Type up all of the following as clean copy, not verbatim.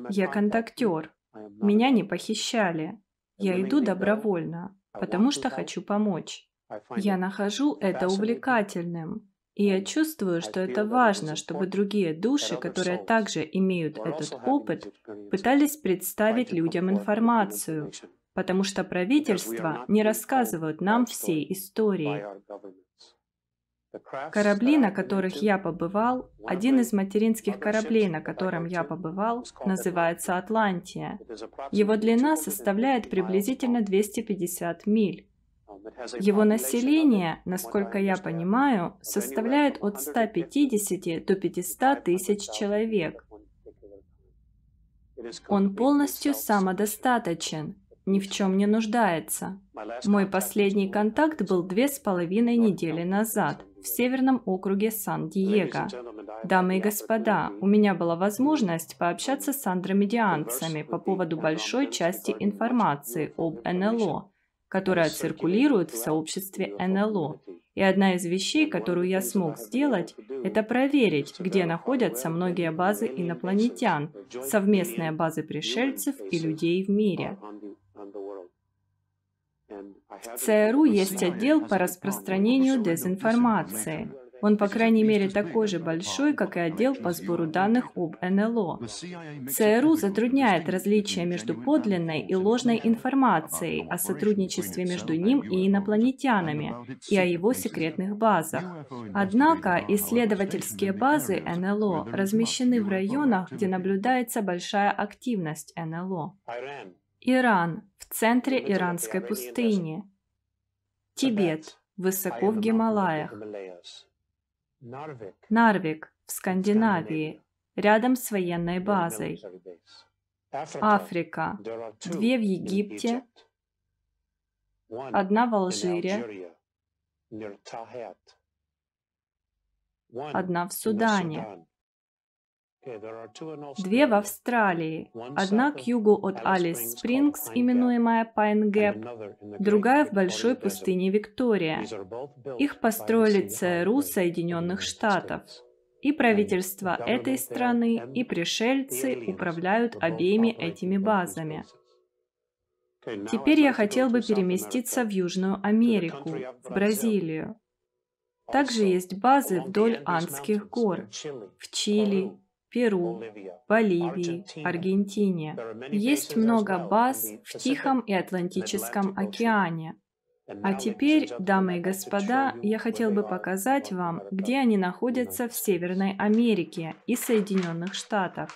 Я контактер. Меня не похищали. Я иду добровольно, потому что хочу помочь. Я нахожу это увлекательным. И я чувствую, что это важно, чтобы другие души, которые также имеют этот опыт, пытались представить людям информацию, потому что правительства не рассказывают нам всей истории. Корабли, на которых я побывал, один из материнских кораблей, на котором я побывал, называется «Атлантия». Его длина составляет приблизительно 250 миль. Его население, насколько я понимаю, составляет от 150 до 500 тысяч человек. Он полностью самодостаточен, ни в чем не нуждается. Мой последний контакт был 2,5 недели назад в северном округе Сан-Диего. Дамы и господа, у меня была возможность пообщаться с андромедианцами по поводу большой части информации об НЛО, которая циркулирует в сообществе НЛО. И одна из вещей, которую я смог сделать, это проверить, где находятся многие базы инопланетян, совместные базы пришельцев и людей в мире. В ЦРУ есть отдел по распространению дезинформации. Он, по крайней мере, такой же большой, как и отдел по сбору данных об НЛО. ЦРУ затрудняет различие между подлинной и ложной информацией о сотрудничестве между ним и инопланетянами и о его секретных базах. Однако исследовательские базы НЛО размещены в районах, где наблюдается большая активность НЛО. Иран в центре иранской пустыни. Тибет высоко в Гималаях. Нарвик в Скандинавии, рядом с военной базой. Африка. 2 в Египте, 1 в Алжире, 1 в Судане. 2 в Австралии, 1 к югу от Алис Спрингс, именуемая Пайн Гэп, другая в большой пустыне Виктория. Их построили ЦРУ Соединенных Штатов. И правительство этой страны, и пришельцы управляют обеими этими базами. Теперь я хотел бы переместиться в Южную Америку, в Бразилию. Также есть базы вдоль Андских гор, в Чили, Перу, Боливии, Аргентине. Есть много баз в Тихом и Атлантическом океане. А теперь, дамы и господа, я хотел бы показать вам, где они находятся в Северной Америке и Соединенных Штатах.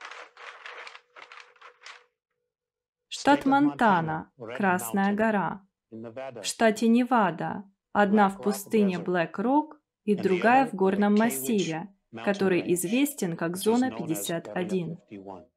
Штат Монтана, Красная гора. В штате Невада, 1 в пустыне Блэк-Рок и другая в горном массиве, который известен как Зона 51.